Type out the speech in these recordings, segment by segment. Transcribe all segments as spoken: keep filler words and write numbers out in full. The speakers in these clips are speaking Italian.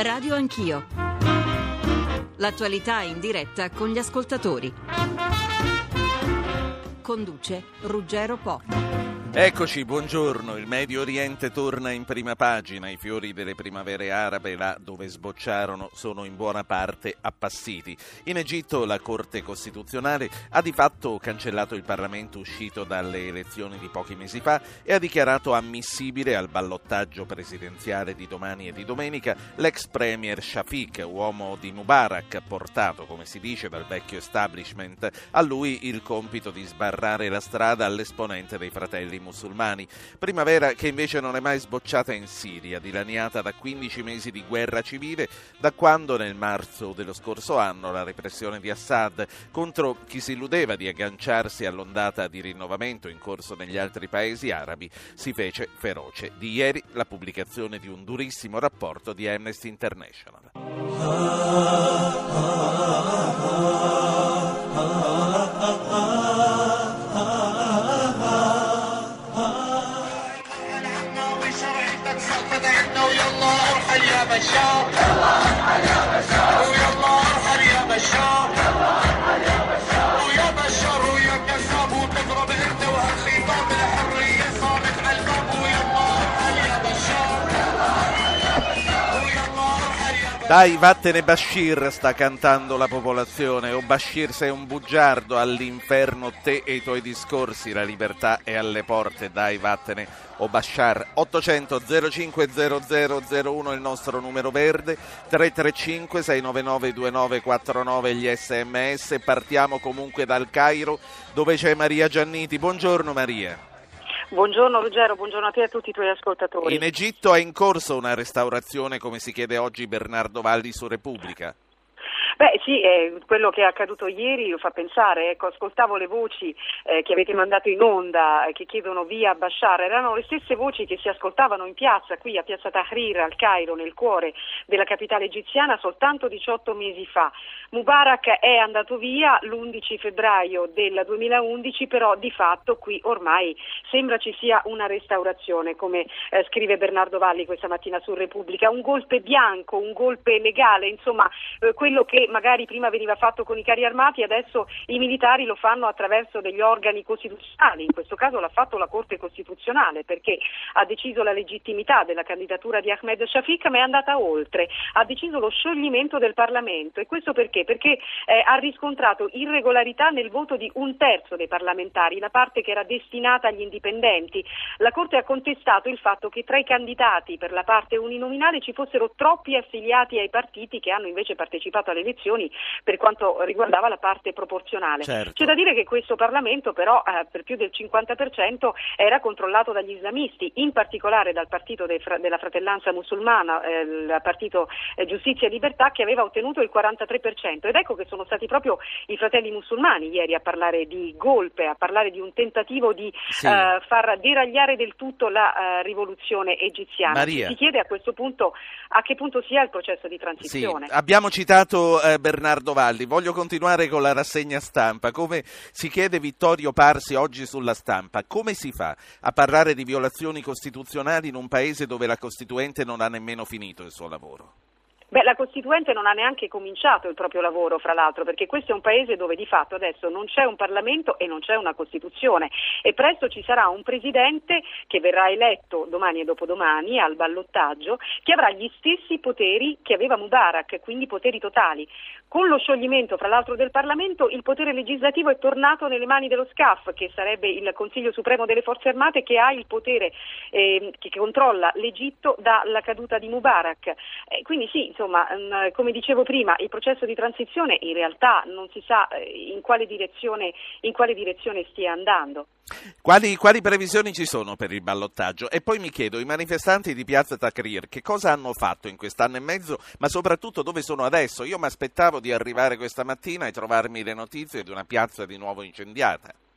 Radio Anch'io. L'attualità in diretta con gli ascoltatori. Conduce Ruggero Po. Eccoci, buongiorno. Il Medio Oriente torna in prima pagina. I fiori delle primavere arabe, là dove sbocciarono, sono in buona parte appassiti. In Egitto la Corte Costituzionale ha di fatto cancellato il Parlamento uscito dalle elezioni di pochi mesi fa e ha dichiarato ammissibile al ballottaggio presidenziale di domani e di domenica l'ex premier Shafik, uomo di Mubarak, portato, come si dice, dal vecchio establishment. A lui il compito di sbarrare la strada all'esponente dei fratelli musulmani. Primavera che invece non è mai sbocciata in Siria, dilaniata da quindici mesi di guerra civile, da quando nel marzo dello scorso anno la repressione di Assad contro chi si illudeva di agganciarsi all'ondata di rinnovamento in corso negli altri paesi arabi si fece feroce. Di ieri la pubblicazione di un durissimo rapporto di Amnesty International. Dai, vattene Bashir, sta cantando la popolazione. O Bashir, sei un bugiardo, all'inferno te e i tuoi discorsi, la libertà è alle porte. Dai, vattene o Bashar. ottocento zero cinque zero zero zero uno il nostro numero verde, tre tre cinque sei nove nove due nove quattro nove gli sms. Partiamo comunque dal Cairo, dove c'è Maria Gianniti. Buongiorno Maria. Buongiorno Ruggero, buongiorno a te e a tutti i tuoi ascoltatori. In Egitto è in corso una restaurazione, come si chiede oggi Bernardo Valli su Repubblica. Beh sì, eh, quello che è accaduto ieri lo fa pensare, ecco, ascoltavo le voci eh, che avete mandato in onda, eh, che chiedono via Bashar, erano le stesse voci che si ascoltavano in piazza, qui a Piazza Tahrir al Cairo, nel cuore della capitale egiziana, soltanto diciotto mesi fa. Mubarak è andato via l'undici febbraio del duemilaundici, però di fatto qui ormai sembra ci sia una restaurazione, come eh, scrive Bernardo Valli questa mattina su Repubblica, un golpe bianco, un golpe legale, insomma eh, quello che magari prima veniva fatto con i carri armati, adesso i militari lo fanno attraverso degli organi costituzionali. In questo caso l'ha fatto la Corte Costituzionale, perché ha deciso la legittimità della candidatura di Ahmed Shafik, ma è andata oltre, ha deciso lo scioglimento del Parlamento. E questo perché? Perché eh, ha riscontrato irregolarità nel voto di un terzo dei parlamentari, la parte che era destinata agli indipendenti. La Corte ha contestato il fatto che tra i candidati per la parte uninominale ci fossero troppi affiliati ai partiti che hanno invece partecipato alle elezioni per quanto riguardava la parte proporzionale. Certo. C'è da dire che questo Parlamento però eh, per più del cinquanta per cento era controllato dagli islamisti, in particolare dal partito dei fra- della fratellanza musulmana, eh, il partito eh, Giustizia e Libertà, che aveva ottenuto il quarantatré per cento, ed ecco che sono stati proprio i fratelli musulmani ieri a parlare di golpe, a parlare di un tentativo di sì. eh, far deragliare del tutto la eh, rivoluzione egiziana. Maria. Si chiede a questo punto a che punto sia il processo di transizione. Sì. Abbiamo citato eh, Bernardo Valli, voglio continuare con la rassegna stampa. Come si chiede Vittorio Parsi oggi sulla Stampa, come si fa a parlare di violazioni costituzionali in un paese dove la Costituente non ha nemmeno finito il suo lavoro? Beh, la Costituente non ha neanche cominciato il proprio lavoro, fra l'altro, perché questo è un paese dove di fatto adesso non c'è un Parlamento e non c'è una Costituzione, e presto ci sarà un Presidente che verrà eletto domani e dopodomani al ballottaggio, che avrà gli stessi poteri che aveva Mubarak, quindi poteri totali. Con lo scioglimento, fra l'altro, del Parlamento, il potere legislativo è tornato nelle mani dello S C A F, che sarebbe il Consiglio Supremo delle Forze Armate, che ha il potere eh, che controlla l'Egitto dalla caduta di Mubarak. Eh, quindi sì, insomma, mh, come dicevo prima, il processo di transizione in realtà non si sa eh, in quale direzione, in quale direzione stia andando. Quali, quali previsioni ci sono per il ballottaggio? E poi mi chiedo, i manifestanti di Piazza Tahrir che cosa hanno fatto in quest'anno e mezzo, ma soprattutto dove sono adesso? Io mi aspettavo di arrivare questa mattina e trovarmi le notizie di una piazza di nuovo incendiata.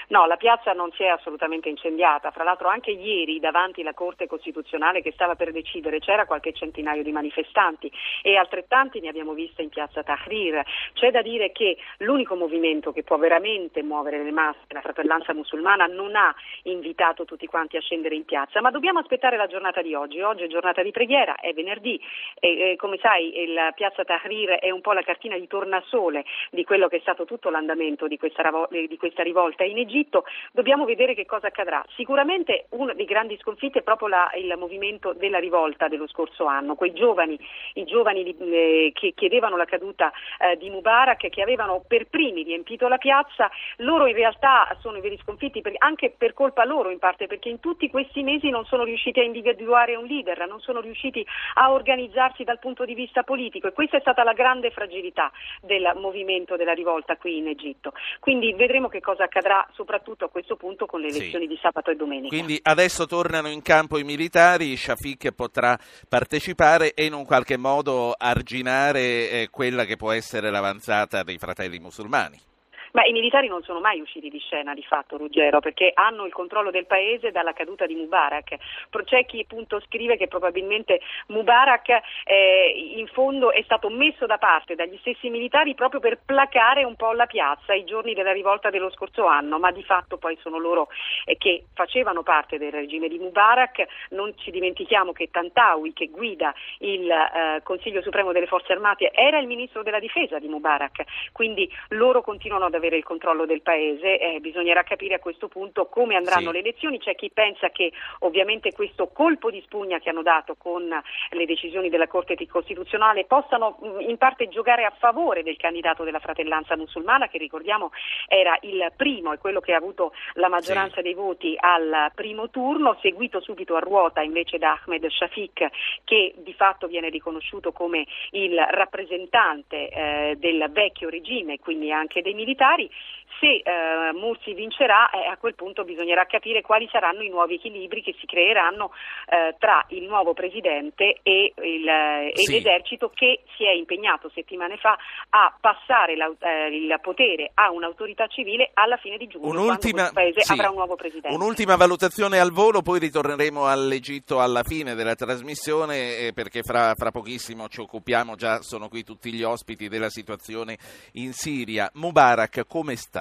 No, la piazza non si è assolutamente incendiata, fra l'altro anche ieri davanti alla Corte Costituzionale che stava per decidere c'era qualche centinaio di manifestanti e altrettanti ne abbiamo viste in piazza Tahrir. C'è da dire che l'unico movimento che può veramente muovere le masse, la Fratellanza Musulmana, non ha invitato tutti quanti a scendere in piazza, ma dobbiamo aspettare la giornata di oggi. Oggi è giornata di preghiera, è venerdì e, e come sai il piazza Tahrir è un po' la cartina di tornasole di quello che è stato tutto l'andamento di questa, ravo- di questa rivolta in Egitto. Dobbiamo vedere che cosa accadrà. Sicuramente uno dei grandi sconfitti è proprio la, il movimento della rivolta dello scorso anno, quei giovani, i giovani di, eh, che chiedevano la caduta eh, di Mubarak, che avevano per primi riempito la piazza. Loro in realtà sono i veri sconfitti, per, anche per colpa loro in parte, perché in tutti questi mesi non sono riusciti a individuare un leader, non sono riusciti a organizzarsi dal punto di vista politico, e questa è stata la grande fragilità del movimento della rivolta qui in Egitto. Quindi vedremo che cosa accadrà soprattutto a questo punto con le elezioni sì. di sabato e domenica. Quindi adesso tornano in campo i militari, Shafiq potrà partecipare e in un qualche modo arginare eh, quella che può essere l'avanzata dei fratelli musulmani. Ma i militari non sono mai usciti di scena di fatto, Ruggero, perché hanno il controllo del paese dalla caduta di Mubarak. C'è chi appunto scrive che probabilmente Mubarak eh, in fondo è stato messo da parte dagli stessi militari proprio per placare un po' la piazza i giorni della rivolta dello scorso anno, ma di fatto poi sono loro eh, che facevano parte del regime di Mubarak. Non ci dimentichiamo che Tantawi, che guida il eh, Consiglio Supremo delle Forze Armate, era il ministro della difesa di Mubarak, quindi loro continuano ad avere il controllo del paese. Eh, bisognerà capire a questo punto come andranno sì. le elezioni. C'è chi pensa che ovviamente questo colpo di spugna che hanno dato con le decisioni della Corte Costituzionale possano in parte giocare a favore del candidato della Fratellanza Musulmana, che ricordiamo era il primo e quello che ha avuto la maggioranza sì. dei voti al primo turno, seguito subito a ruota invece da Ahmed Shafiq, che di fatto viene riconosciuto come il rappresentante eh, del vecchio regime, quindi anche dei militari. Se eh, Mursi vincerà, eh, a quel punto bisognerà capire quali saranno i nuovi equilibri che si creeranno eh, tra il nuovo presidente e, il, eh, e sì. l'esercito, che si è impegnato settimane fa a passare la, eh, il potere a un'autorità civile alla fine di giugno, un'ultima, quando il paese sì, avrà un nuovo presidente. Un'ultima valutazione al volo, poi ritorneremo all'Egitto alla fine della trasmissione, eh, perché fra, fra pochissimo ci occupiamo, già sono qui tutti gli ospiti, della situazione in Siria. Mubarak come sta?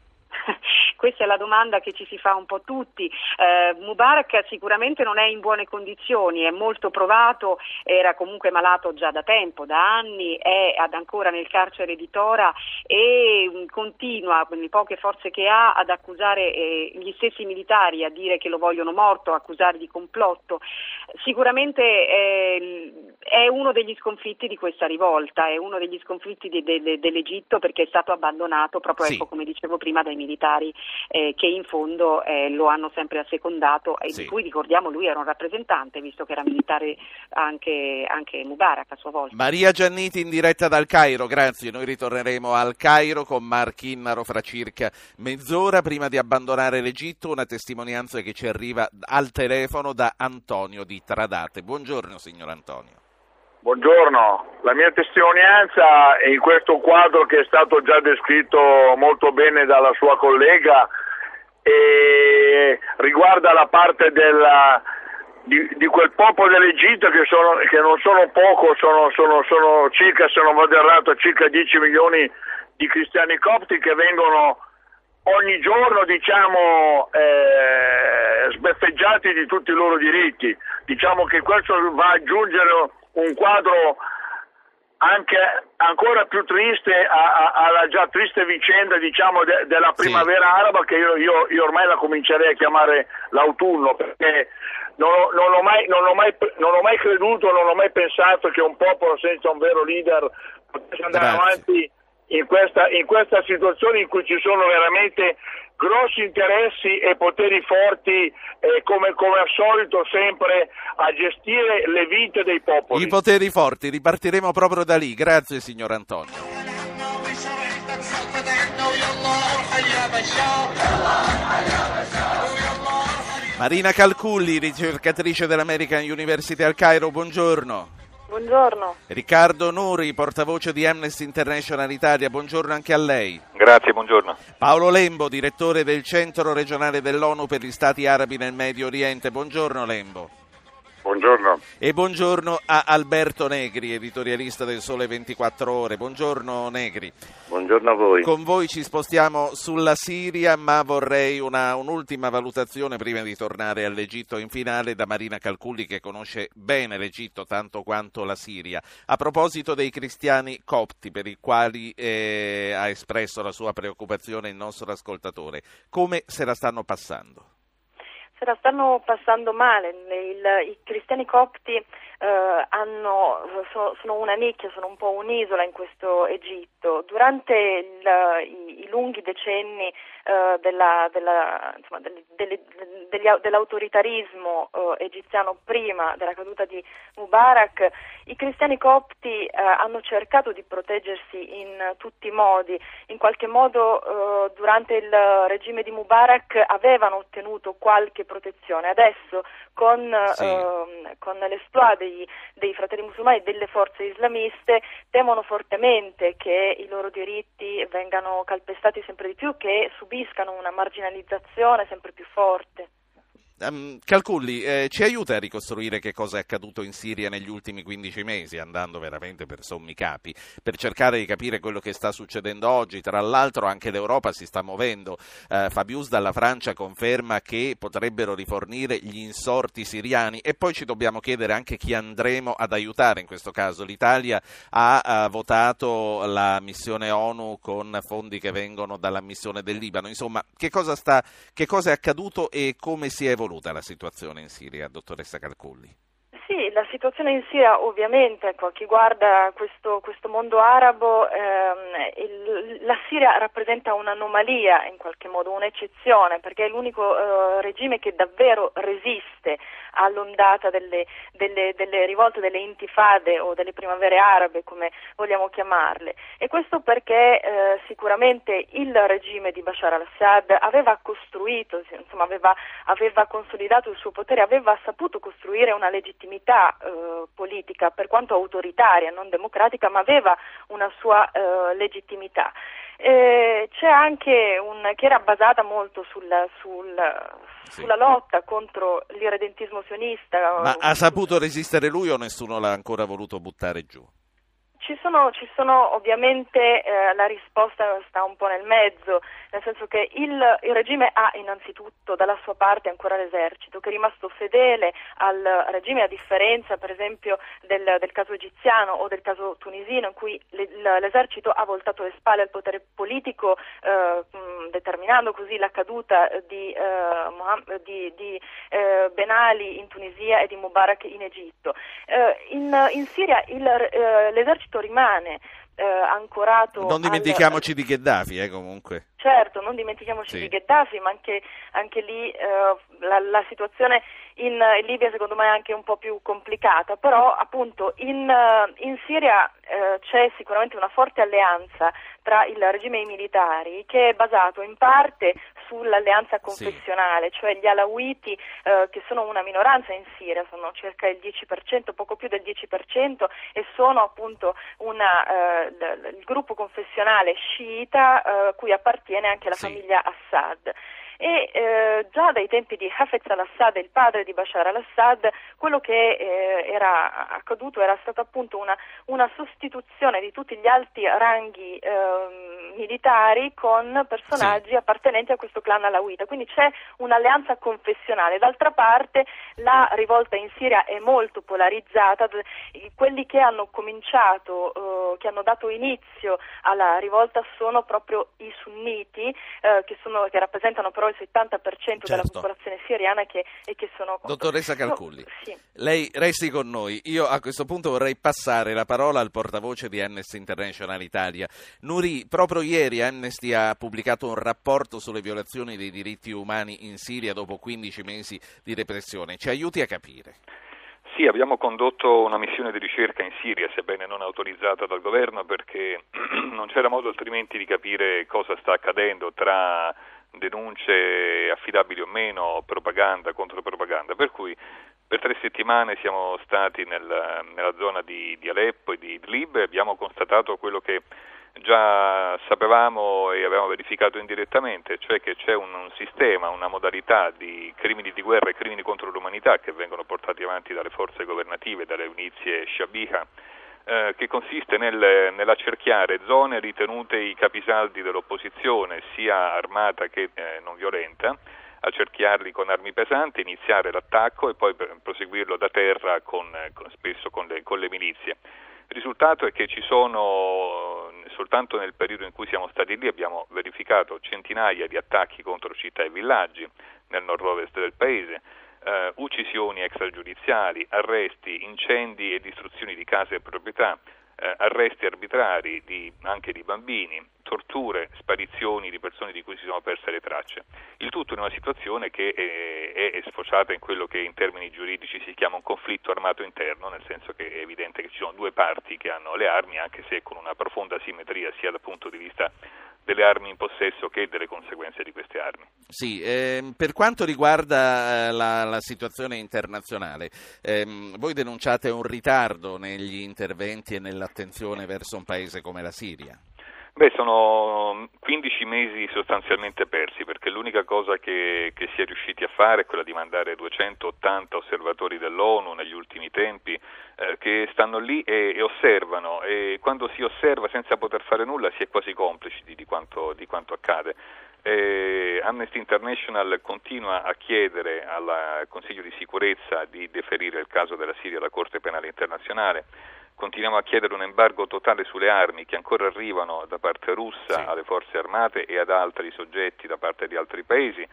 Questa è la domanda che ci si fa un po' tutti. Eh, Mubarak sicuramente non è in buone condizioni, è molto provato, era comunque malato già da tempo, da anni, è ad ancora nel carcere di Tora e mh, continua, con le poche forze che ha, ad accusare eh, gli stessi militari, a dire che lo vogliono morto, accusare di complotto. Sicuramente eh, è uno degli sconfitti di questa rivolta, è uno degli sconfitti de, de, de, dell'Egitto, perché è stato abbandonato proprio, sì. ecco, come dicevo prima, dai militari eh, che in fondo eh, lo hanno sempre assecondato e sì. di cui, ricordiamo, lui era un rappresentante, visto che era militare anche, anche Mubarak a sua volta. Maria Gianniti in diretta dal Cairo, grazie. Noi ritorneremo al Cairo con Mark Innaro fra circa mezz'ora. Prima di abbandonare l'Egitto, una testimonianza che ci arriva al telefono da Antonio di Tradate. Buongiorno signor Antonio. Buongiorno, la mia testimonianza è in questo quadro che è stato già descritto molto bene dalla sua collega e riguarda la parte della, di, di quel popolo dell'Egitto che, sono, che non sono poco, sono, sono, sono circa, se non vado errato, circa dieci milioni di cristiani copti che vengono ogni giorno, diciamo, eh, sbeffeggiati di tutti i loro diritti. Diciamo che questo va ad aggiungere un quadro anche ancora più triste alla già triste vicenda, diciamo, de, della primavera sì. araba, che io, io, io ormai la comincerei a chiamare l'autunno, perché non, non, ho mai, non, ho mai, non ho mai creduto, non ho mai pensato che un popolo senza un vero leader potesse andare Grazie. avanti in questa, in questa situazione in cui ci sono veramente grossi interessi e poteri forti, eh, come, come al solito sempre a gestire le vite dei popoli. I poteri forti, ripartiremo proprio da lì. Grazie signor Antonio. Marina Calculli, ricercatrice dell'American University al Cairo, buongiorno. Buongiorno. Riccardo Nuri, portavoce di Amnesty International Italia, buongiorno anche a lei. Grazie, buongiorno. Paolo Lembo, direttore del Centro regionale dell'ONU per gli Stati arabi nel Medio Oriente, buongiorno Lembo. Buongiorno. E buongiorno a Alberto Negri, editorialista del Sole ventiquattro Ore. Buongiorno Negri. Buongiorno a voi. Con voi ci spostiamo sulla Siria, ma vorrei una, un'ultima valutazione prima di tornare all'Egitto in finale da Marina Calculli, che conosce bene l'Egitto tanto quanto la Siria. A proposito dei cristiani copti, per i quali eh, ha espresso la sua preoccupazione il nostro ascoltatore, come se la stanno passando? Se la stanno passando male. Il, I cristiani copti eh, hanno, sono, sono una nicchia, sono un po' un'isola in questo Egitto. Durante il, i, i lunghi decenni eh, della, della, insomma, delle, delle, degli, dell'autoritarismo eh, egiziano prima della caduta di Mubarak, i cristiani copti eh, hanno cercato di proteggersi in tutti i modi. In qualche modo eh, durante il regime di Mubarak avevano ottenuto qualche protezione. Adesso con, sì. eh, con l'esploit dei, dei fratelli musulmani e delle forze islamiste temono fortemente che i loro diritti vengano calpestati sempre di più, che subiscano una marginalizzazione sempre più forte. Um, Calculli, eh, ci aiuta a ricostruire che cosa è accaduto in Siria negli ultimi quindici mesi, andando veramente per sommi capi, per cercare di capire quello che sta succedendo oggi. Tra l'altro anche l'Europa si sta muovendo. eh, Fabius dalla Francia conferma che potrebbero rifornire gli insorti siriani, e poi ci dobbiamo chiedere anche chi andremo ad aiutare in questo caso. L'Italia ha, ha votato la missione ONU con fondi che vengono dalla missione del Libano. Insomma, che cosa sta, che cosa è accaduto e come si è evoluta la situazione in Siria, dottoressa Calculli? Sì, la situazione in Siria ovviamente, ecco, chi guarda questo, questo mondo arabo, ehm, il, la Siria rappresenta un'anomalia in qualche modo, un'eccezione, perché è l'unico eh, regime che davvero resiste all'ondata delle, delle, delle rivolte, delle intifade o delle primavere arabe, come vogliamo chiamarle. E questo perché eh, sicuramente il regime di Bashar al-Assad aveva costruito, insomma aveva, aveva consolidato il suo potere, aveva saputo costruire una legittimità eh, politica, per quanto autoritaria, non democratica, ma aveva una sua eh, legittimità. Eh, c'è anche un che era basata molto sul, sul, sì. sulla lotta contro l'irredentismo sionista. Ma ha saputo resistere lui o nessuno l'ha ancora voluto buttare giù? Ci sono, ci sono ovviamente eh, la risposta sta un po' nel mezzo, nel senso che il, il regime ha innanzitutto dalla sua parte ancora l'esercito, che è rimasto fedele al regime, a differenza per esempio del, del caso egiziano o del caso tunisino, in cui le, l'esercito ha voltato le spalle al potere politico, eh, mh, determinando così la caduta di, eh, Mohammed, di, di eh, Ben Ali in Tunisia e di Mubarak in Egitto. Eh, in, in Siria il, eh, l'esercito rimane eh, ancorato. Non dimentichiamoci al... di Gheddafi, eh, comunque. Certo, non dimentichiamoci sì. di Gheddafi, ma anche, anche lì eh, la, la situazione in, in Libia secondo me è anche un po' più complicata, però appunto in, in Siria eh, c'è sicuramente una forte alleanza tra il regime e i militari, che è basato in parte sull'alleanza confessionale, sì. cioè gli alawiti eh, che sono una minoranza in Siria, sono circa il dieci per cento, poco più del dieci per cento, e sono appunto una, eh, l- il gruppo confessionale sciita eh, cui appartiene anche la sì. famiglia Assad. E eh, già dai tempi di Hafez al-Assad, il padre di Bashar al-Assad, quello che eh, era accaduto era stata appunto una, una sostituzione di tutti gli alti ranghi eh, militari con personaggi sì. appartenenti a questo clan alawita, quindi c'è un'alleanza confessionale. D'altra parte la rivolta in Siria è molto polarizzata, quelli che hanno cominciato, eh, che hanno dato inizio alla rivolta sono proprio i sunniti, eh, che, sono, che rappresentano però il settanta per cento certo. della popolazione siriana che, e che sono... Dottoressa Calculli, no, sì. lei resti con noi. Io a questo punto vorrei passare la parola al portavoce di Amnesty International Italia. Nuri, proprio ieri Amnesty ha pubblicato un rapporto sulle violazioni dei diritti umani in Siria dopo quindici mesi di repressione. Ci aiuti a capire? Sì, abbiamo condotto una missione di ricerca in Siria, sebbene non autorizzata dal governo, perché non c'era modo altrimenti di capire cosa sta accadendo tra denunce affidabili o meno, propaganda, contropropaganda, per cui Per tre settimane siamo stati nel, nella zona di, di Aleppo e di Idlib e abbiamo constatato quello che già sapevamo e avevamo verificato indirettamente, cioè che c'è un, un sistema, una modalità di crimini di guerra e crimini contro l'umanità che vengono portati avanti dalle forze governative, dalle milizie Shabiha, eh, che consiste nel, nell'accerchiare zone ritenute i capisaldi dell'opposizione, sia armata che eh, non violenta, accerchiarli con armi pesanti, iniziare l'attacco e poi proseguirlo da terra con, con, spesso con le, con le milizie. Il risultato è che ci sono, soltanto nel periodo in cui siamo stati lì, abbiamo verificato centinaia di attacchi contro città e villaggi nel nord-ovest del paese, eh, uccisioni extragiudiziali, arresti, incendi e distruzioni di case e proprietà, eh, arresti arbitrari di, anche di bambini, torture, sparizioni di persone di cui si sono perse le tracce. Il tutto in una situazione che è, è sfociata in quello che in termini giuridici si chiama un conflitto armato interno, nel senso che è evidente che ci sono due parti che hanno le armi, anche se con una profonda asimmetria sia dal punto di vista delle armi in possesso che delle conseguenze di queste armi. Sì, ehm, per quanto riguarda eh, la, la situazione internazionale, ehm, voi denunciate un ritardo negli interventi e nell'attenzione verso un paese come la Siria. Beh, sono quindici mesi sostanzialmente persi, perché l'unica cosa che, che si è riusciti a fare è quella di mandare duecentottanta osservatori dell'ONU negli ultimi tempi, eh, che stanno lì e, e osservano, e quando si osserva senza poter fare nulla si è quasi complici di, di, quanto, di quanto accade. Eh, Amnesty International continua a chiedere al Consiglio di sicurezza di deferire il caso della Siria alla Corte Penale Internazionale. Continuiamo a chiedere un embargo totale sulle armi che ancora arrivano da parte russa, sì, alle forze armate e ad altri soggetti da parte di altri paesi,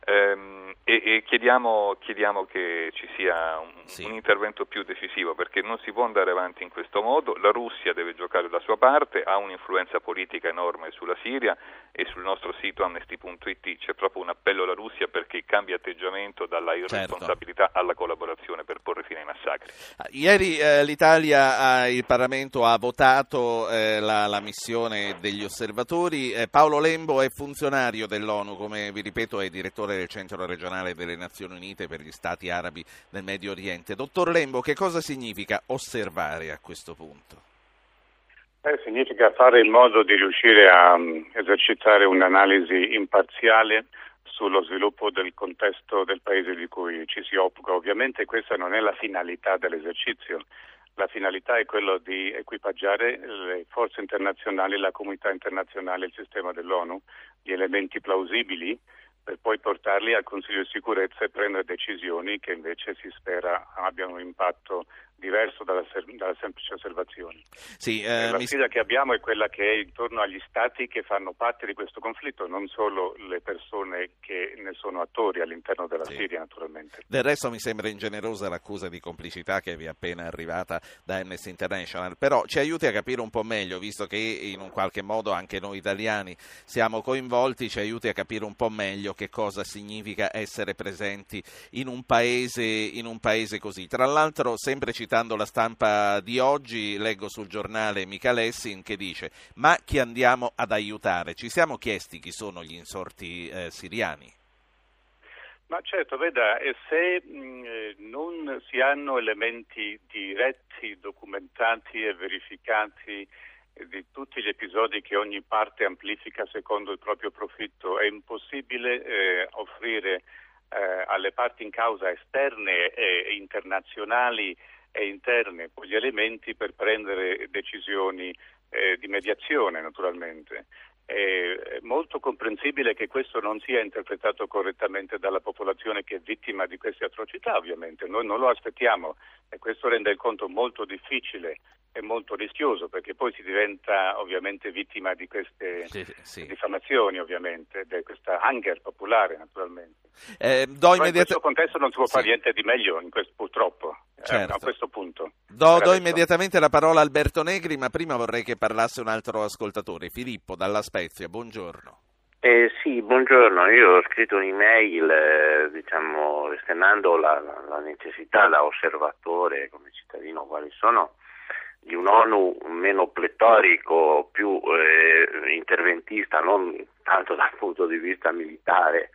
ehm, e, e chiediamo, chiediamo che ci sia un, sì, un intervento più decisivo, perché non si può andare avanti in questo modo. La Russia deve giocare la sua parte, ha un'influenza politica enorme sulla Siria e sul nostro sito amnesty punto it c'è proprio un appello alla Russia perché cambi atteggiamento dalla irresponsabilità, certo, alla collaborazione per porre fine ai massacri. Ieri eh, l'Italia, ha, il Parlamento ha votato eh, la, la missione degli osservatori. Eh, Paolo Lembo è funzionario dell'ONU, come vi ripeto è direttore del Centro regionale delle Nazioni Unite per gli Stati arabi del Medio Oriente. Dottor Lembo, che cosa significa osservare a questo punto? Eh, significa fare in modo di riuscire a um, esercitare un'analisi imparziale sullo sviluppo del contesto del paese di cui ci si occupa. Ovviamente questa non è la finalità dell'esercizio. La finalità è quello di equipaggiare le forze internazionali, la comunità internazionale, il sistema dell'ONU, di elementi plausibili per poi portarli al Consiglio di sicurezza e prendere decisioni che invece si spera abbiano un impatto diverso dalla, dalla semplice osservazione. Sì, eh, la mi... sfida che abbiamo è quella che è intorno agli stati che fanno parte di questo conflitto, non solo le persone che ne sono attori all'interno della sì. Siria, naturalmente. Del resto mi sembra ingenerosa l'accusa di complicità che vi è appena arrivata da Amnesty International, però ci aiuti a capire un po' meglio, visto che in un qualche modo anche noi italiani siamo coinvolti, ci aiuti a capire un po' meglio che cosa significa essere presenti in un paese, in un paese così. Tra l'altro, sempre citando la stampa di oggi, leggo sul giornale Michael Essin che dice: ma chi andiamo ad aiutare? Ci siamo chiesti chi sono gli insorti eh, siriani? Ma certo, veda, se mh, non si hanno elementi diretti, documentati e verificati di tutti gli episodi che ogni parte amplifica secondo il proprio profitto, è impossibile eh, offrire eh, alle parti in causa esterne e internazionali e interne gli elementi per prendere decisioni eh, di mediazione, naturalmente. È molto comprensibile che questo non sia interpretato correttamente dalla popolazione che è vittima di queste atrocità, ovviamente. Noi non lo aspettiamo e questo rende il conto molto difficile e molto rischioso, perché poi si diventa ovviamente vittima di queste sì, sì. diffamazioni, ovviamente, di questa hunger popolare, naturalmente. Eh, do immediata... in questo contesto non si può sì. fare niente di meglio, in questo, purtroppo, certo. eh, a questo punto. Do, do immediatamente la parola a Alberto Negri, ma prima vorrei che parlasse un altro ascoltatore, Filippo dalla Spezia. Buongiorno. Eh, sì, buongiorno. Io ho scritto un'email, eh, diciamo, esternando la, la, la necessità da osservatore come cittadino quali sono di un ONU meno pletorico, più eh, interventista, non tanto dal punto di vista militare,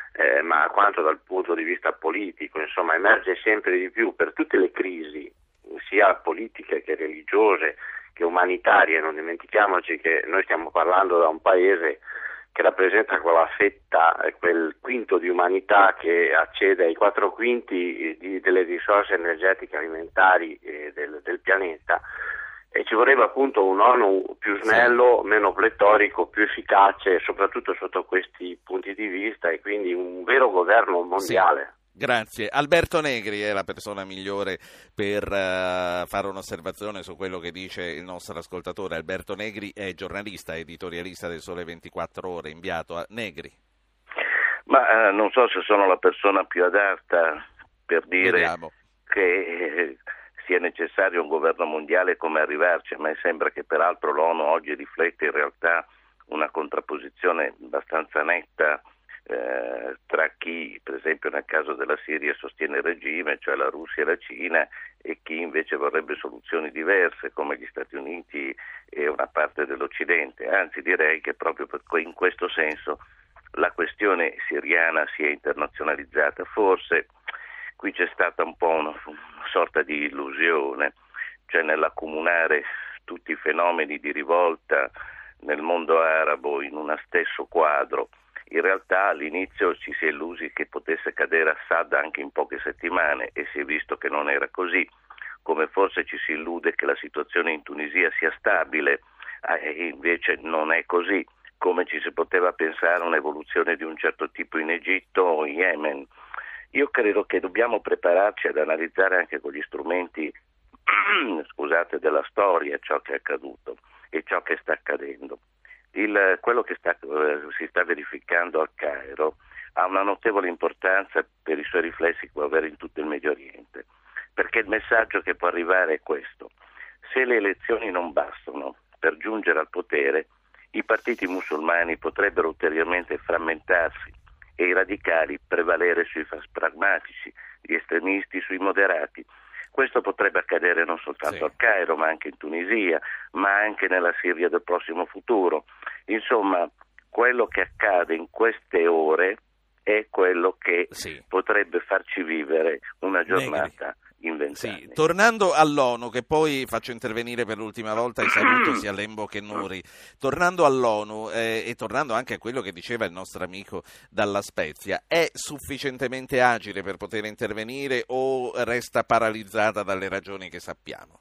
eh, ma quanto dal punto di vista politico, insomma, emerge sempre di più per tutte le crisi, sia politiche che religiose che umanitarie. Non dimentichiamoci che noi stiamo parlando da un paese che rappresenta quella fetta, quel quinto di umanità che accede ai quattro quinti di, delle risorse energetiche alimentari eh, del, del pianeta, e ci vorrebbe appunto un ONU più snello, meno pletorico, più efficace, soprattutto sotto questi punti di vista, e quindi un vero governo mondiale. Sì. Grazie. Alberto Negri è la persona migliore per uh, fare un'osservazione su quello che dice il nostro ascoltatore. Alberto Negri è giornalista, editorialista del Sole ventiquattro Ore, inviato a Negri. Ma uh, non so se sono la persona più adatta per dire Vediamo. che eh, sia necessario un governo mondiale e come arrivarci. A me sembra che peraltro l'ONU oggi riflette in realtà una contrapposizione abbastanza netta Eh, tra chi, per esempio nel caso della Siria, sostiene il regime, cioè la Russia e la Cina, e chi invece vorrebbe soluzioni diverse come gli Stati Uniti e una parte dell'Occidente. Anzi, direi che proprio per, in questo senso la questione siriana si è internazionalizzata. Forse qui c'è stata un po' una, una sorta di illusione, cioè nell'accomunare tutti i fenomeni di rivolta nel mondo arabo in uno stesso quadro. In realtà all'inizio ci si è illusi che potesse cadere Assad anche in poche settimane, e si è visto che non era così, come forse ci si illude che la situazione in Tunisia sia stabile, e invece non è così, come ci si poteva pensare un'evoluzione di un certo tipo in Egitto o in Yemen. Io credo che dobbiamo prepararci ad analizzare anche con gli strumenti scusate, della storia ciò che è accaduto e ciò che sta accadendo. Il, quello che sta, eh, si sta verificando al Cairo ha una notevole importanza per i suoi riflessi che può avere in tutto il Medio Oriente, perché il messaggio che può arrivare è questo: se le elezioni non bastano per giungere al potere, i partiti musulmani potrebbero ulteriormente frammentarsi e i radicali prevalere sui pragmatici, gli estremisti sui moderati. Questo potrebbe accadere non soltanto sì. al Cairo, ma anche in Tunisia, ma anche nella Siria del prossimo futuro. Insomma, quello che accade in queste ore è quello che sì. potrebbe farci vivere una giornata Negri. in vent'anni. Sì. Tornando all'ONU, che poi faccio intervenire per l'ultima volta e saluto sia Lembo che Nuri. Tornando all'ONU eh, e tornando anche a quello che diceva il nostro amico dalla Spezia, è sufficientemente agile per poter intervenire o resta paralizzata dalle ragioni che sappiamo?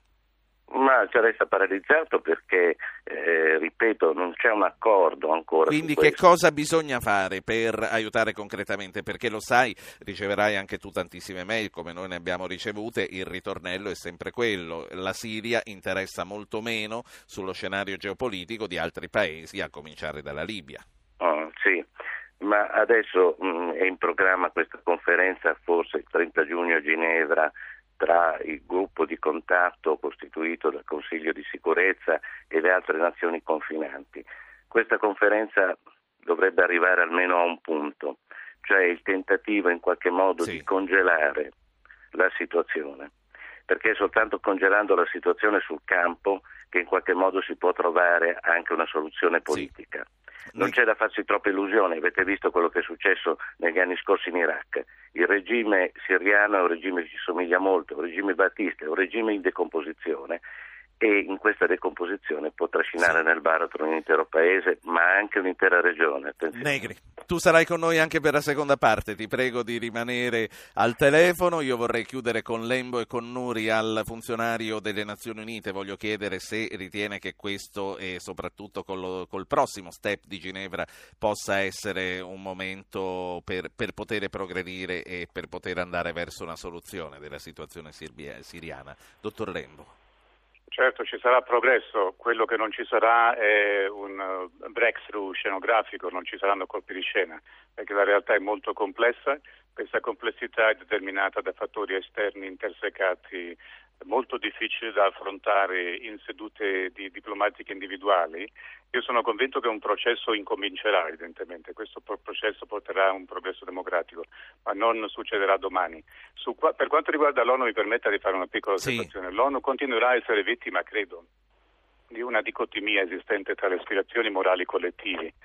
Ma ci resta paralizzato perché, eh, ripeto, non c'è un accordo ancora. Quindi che cosa bisogna fare per aiutare concretamente? Perché lo sai, riceverai anche tu tantissime mail, come noi ne abbiamo ricevute, il ritornello è sempre quello: la Siria interessa molto meno sullo scenario geopolitico di altri paesi, a cominciare dalla Libia. Oh, sì, ma adesso mh, è in programma questa conferenza, forse il trenta giugno a Ginevra, tra il gruppo di contatto costituito dal Consiglio di sicurezza e le altre nazioni confinanti. Questa conferenza dovrebbe arrivare almeno a un punto, cioè il tentativo in qualche modo sì. di congelare la situazione, perché è soltanto congelando la situazione sul campo che in qualche modo si può trovare anche una soluzione politica. Sì. Non c'è da farsi troppe illusioni, avete visto quello che è successo negli anni scorsi in Iraq. Il regime siriano è un regime che ci somiglia molto, è un regime battista, è un regime in decomposizione, e in questa decomposizione può trascinare sì. nel baratro un intero paese, ma anche un'intera regione. Attenzione. Negri, tu sarai con noi anche per la seconda parte, ti prego di rimanere al telefono. Io vorrei chiudere con Lembo e con Nuri. Al funzionario delle Nazioni Unite voglio chiedere se ritiene che questo, e soprattutto col, col prossimo step di Ginevra, possa essere un momento per, per poter progredire e per poter andare verso una soluzione della situazione sirbia, siriana. Dottor Lembo. Certo, ci sarà progresso, quello che non ci sarà è un breakthrough scenografico, non ci saranno colpi di scena, perché la realtà è molto complessa. Questa complessità è determinata da fattori esterni intersecati molto difficili da affrontare in sedute di diplomatiche individuali. Io sono convinto che un processo incomincerà, evidentemente, questo processo porterà a un progresso democratico, ma non succederà domani. Su, per quanto riguarda l'ONU, mi permetta di fare una piccola osservazione. Sì. L'ONU continuerà a essere vittima, credo, di una dicotomia esistente tra le aspirazioni morali collettive,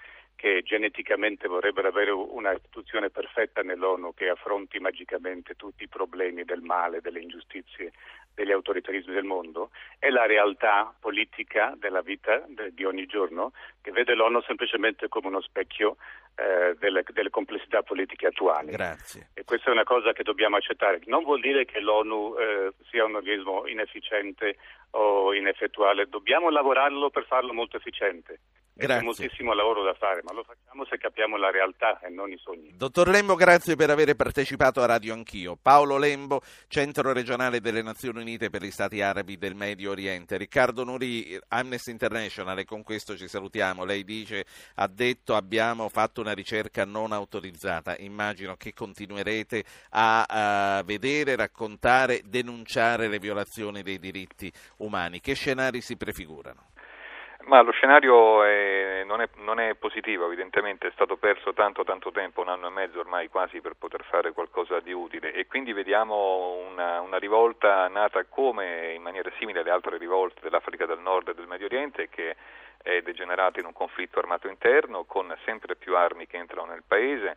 che geneticamente vorrebbero avere una istituzione perfetta nell'ONU che affronti magicamente tutti i problemi del male, delle ingiustizie, degli autoritarismi del mondo, è la realtà politica della vita di ogni giorno, che vede l'ONU semplicemente come uno specchio eh, delle, delle complessità politiche attuali. Grazie. E questa è una cosa che dobbiamo accettare. Non vuol dire che l'ONU eh, sia un organismo inefficiente o ineffettuale, dobbiamo lavorarlo per farlo molto efficiente. Grazie. C'è moltissimo lavoro da fare, ma lo facciamo se capiamo la realtà e non i sogni. Dottor Lembo, grazie per aver partecipato a Radio Anch'io. Paolo Lembo, Centro regionale delle Nazioni Unite per gli Stati Arabi del Medio Oriente. Riccardo Nuri, Amnesty International, e con questo ci salutiamo. Lei dice, ha detto, abbiamo fatto una ricerca non autorizzata. Immagino che continuerete a, a vedere, raccontare, denunciare le violazioni dei diritti umani. Che scenari si prefigurano? Ma lo scenario è, non, è, non è positivo, evidentemente è stato perso tanto tanto tempo, un anno e mezzo ormai quasi, per poter fare qualcosa di utile, e quindi vediamo una, una rivolta nata come in maniera simile alle altre rivolte dell'Africa del Nord e del Medio Oriente, che è degenerata in un conflitto armato interno con sempre più armi che entrano nel paese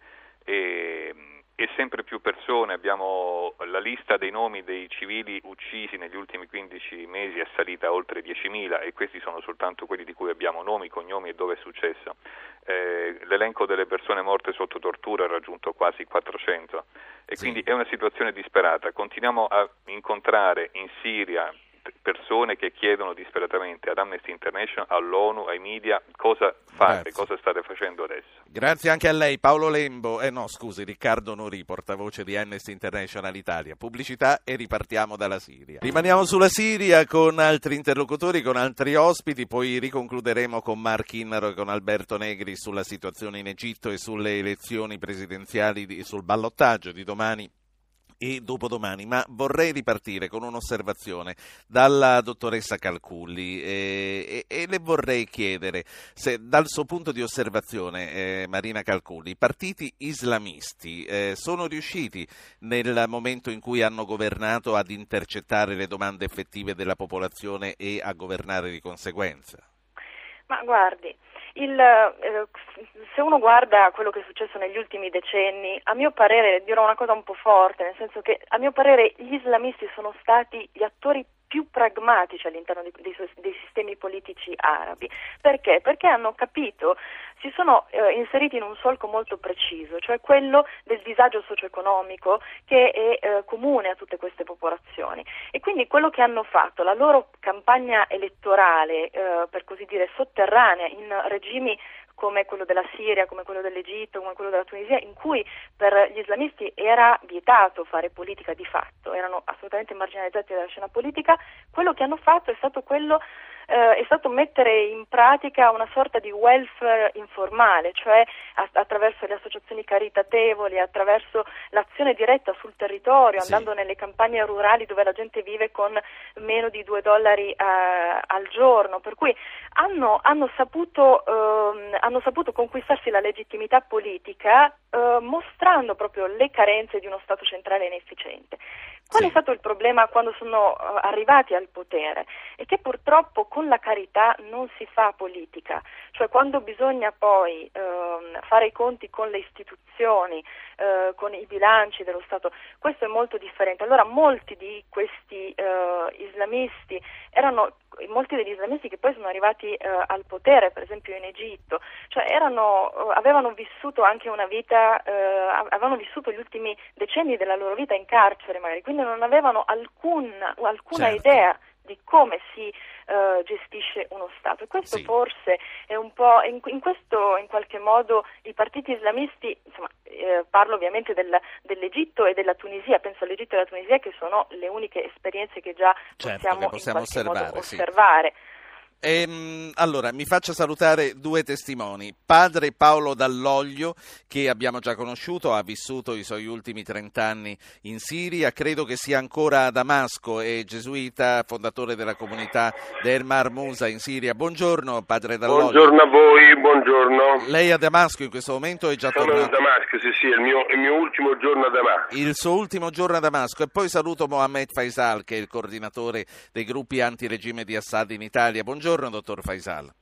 e e sempre più persone. Abbiamo la lista dei nomi dei civili uccisi negli ultimi quindici mesi è salita a oltre diecimila, e questi sono soltanto quelli di cui abbiamo nomi, cognomi e dove è successo. Eh, l'elenco delle persone morte sotto tortura ha raggiunto quasi quattrocento, e sì. Quindi è una situazione disperata. Continuiamo a incontrare in Siria persone che chiedono disperatamente ad Amnesty International, all'ONU, ai media, cosa fate, Grazie. Cosa state facendo adesso. Grazie anche a lei, Paolo Lembo, eh no scusi, Riccardo Nuri, portavoce di Amnesty International Italia. Pubblicità e ripartiamo dalla Siria. Rimaniamo sulla Siria con altri interlocutori, con altri ospiti, poi riconcluderemo con Mark Innaro e con Alberto Negri sulla situazione in Egitto e sulle elezioni presidenziali, di, sul ballottaggio di domani e dopodomani, ma vorrei ripartire con un'osservazione dalla dottoressa Calculli e, e, e le vorrei chiedere se dal suo punto di osservazione, eh, Marina Calculli, i partiti islamisti eh, sono riusciti nel momento in cui hanno governato ad intercettare le domande effettive della popolazione e a governare di conseguenza? Ma guardi, Il, eh, se uno guarda quello che è successo negli ultimi decenni, a mio parere, dirò una cosa un po' forte, nel senso che a mio parere gli islamisti sono stati gli attori più pragmatici all'interno di, dei, dei sistemi politici arabi. Perché? Perché hanno capito, si sono eh, inseriti in un solco molto preciso, cioè quello del disagio socio-economico che è eh, comune a tutte queste popolazioni. E quindi quello che hanno fatto, la loro campagna elettorale, eh, per così dire, sotterranea, in regimi come quello della Siria, come quello dell'Egitto, come quello della Tunisia, in cui per gli islamisti era vietato fare politica di fatto, erano assolutamente marginalizzati dalla scena politica, quello che hanno fatto è stato quello eh, è stato mettere in pratica una sorta di welfare informale, cioè a- attraverso le associazioni caritatevoli, attraverso l'azione diretta sul territorio, sì. andando nelle campagne rurali dove la gente vive con meno di due dollari eh, al giorno, per cui hanno, hanno saputo ehm, hanno saputo conquistarsi la legittimità politica eh, mostrando proprio le carenze di uno Stato centrale inefficiente. Qual sì. è stato il problema quando sono uh, arrivati al potere? È che purtroppo con la carità non si fa politica, cioè quando bisogna poi uh, fare i conti con le istituzioni, uh, con i bilanci dello Stato, questo è molto differente. Allora molti di questi uh, islamisti erano molti degli islamisti che poi sono arrivati uh, al potere, per esempio in Egitto, cioè erano, uh, avevano vissuto anche una vita, uh, avevano vissuto gli ultimi decenni della loro vita in carcere magari, quindi non avevano alcun, alcuna certo. idea di come si uh, gestisce uno Stato, e questo sì. forse è un po', in, in questo in qualche modo i partiti islamisti, insomma eh, parlo ovviamente del, dell'Egitto e della Tunisia, penso all'Egitto e alla Tunisia che sono le uniche esperienze che già certo, possiamo, che possiamo in qualche osservare, modo sì. osservare. Ehm, allora, mi faccio salutare due testimoni. Padre Paolo Dall'Oglio, che abbiamo già conosciuto, ha vissuto i suoi ultimi trent'anni in Siria, credo che sia ancora a Damasco, è gesuita, fondatore della comunità del Mar Musa in Siria. Buongiorno, Padre Dall'Oglio. Buongiorno a voi, buongiorno. Lei è a Damasco in questo momento è già Sono tornato? a Damasco, sì, sì, è il mio, il mio ultimo giorno a Damasco. Il suo ultimo giorno a Damasco. E poi saluto Mohammed Faisal, che è il coordinatore dei gruppi antiregime di Assad in Italia. Buongiorno, dottor Faisal.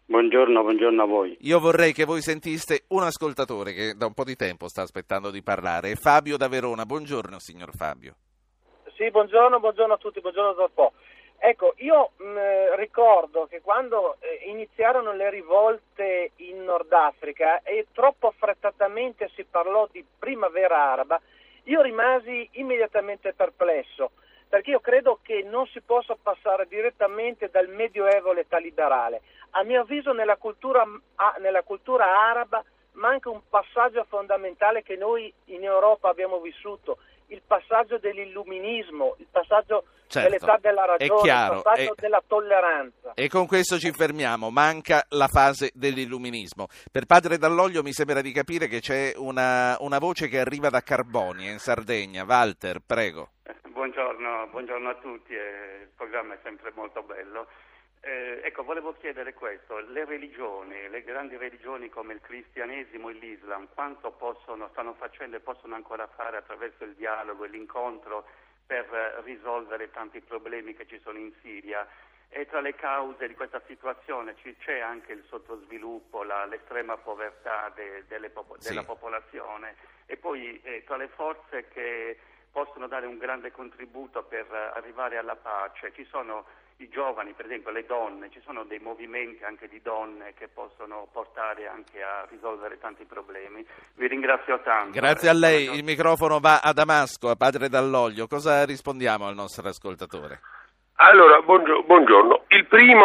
Buongiorno, buongiorno a voi. Io vorrei che voi sentiste un ascoltatore che da un po' di tempo sta aspettando di parlare, è Fabio da Verona. Buongiorno, signor Fabio. Sì, buongiorno, buongiorno a tutti, buongiorno dottor Po. Ecco, io mh, ricordo che quando eh, iniziarono le rivolte in Nord Africa e troppo affrettatamente si parlò di primavera araba, io rimasi immediatamente perplesso, perché io credo che non si possa passare direttamente dal Medioevo all'età liberale. A mio avviso nella cultura, nella cultura araba manca un passaggio fondamentale che noi in Europa abbiamo vissuto, il passaggio dell'illuminismo, il passaggio certo, dell'età della ragione, chiaro, il passaggio e, della tolleranza. E con questo ci fermiamo, manca la fase dell'illuminismo. Per Padre Dall'Oglio mi sembra di capire che c'è una, una voce che arriva da Carbonia, in Sardegna. Walter, prego. Buongiorno, buongiorno a tutti, eh, il programma è sempre molto bello. Eh, ecco, volevo chiedere questo, le religioni, le grandi religioni come il cristianesimo e l'Islam, quanto possono, stanno facendo e possono ancora fare attraverso il dialogo e l'incontro per risolvere tanti problemi che ci sono in Siria? E tra le cause di questa situazione ci, c'è anche il sottosviluppo, la, l'estrema povertà de, delle popo, sì. della popolazione, e poi eh, tra le forze che possono dare un grande contributo per arrivare alla pace ci sono i giovani, per esempio le donne, ci sono dei movimenti anche di donne che possono portare anche a risolvere tanti problemi. Vi ringrazio tanto. Grazie a lei, il microfono va a Damasco, a Padre Dall'Oglio. Cosa rispondiamo al nostro ascoltatore? Allora, buongiorno. Il primo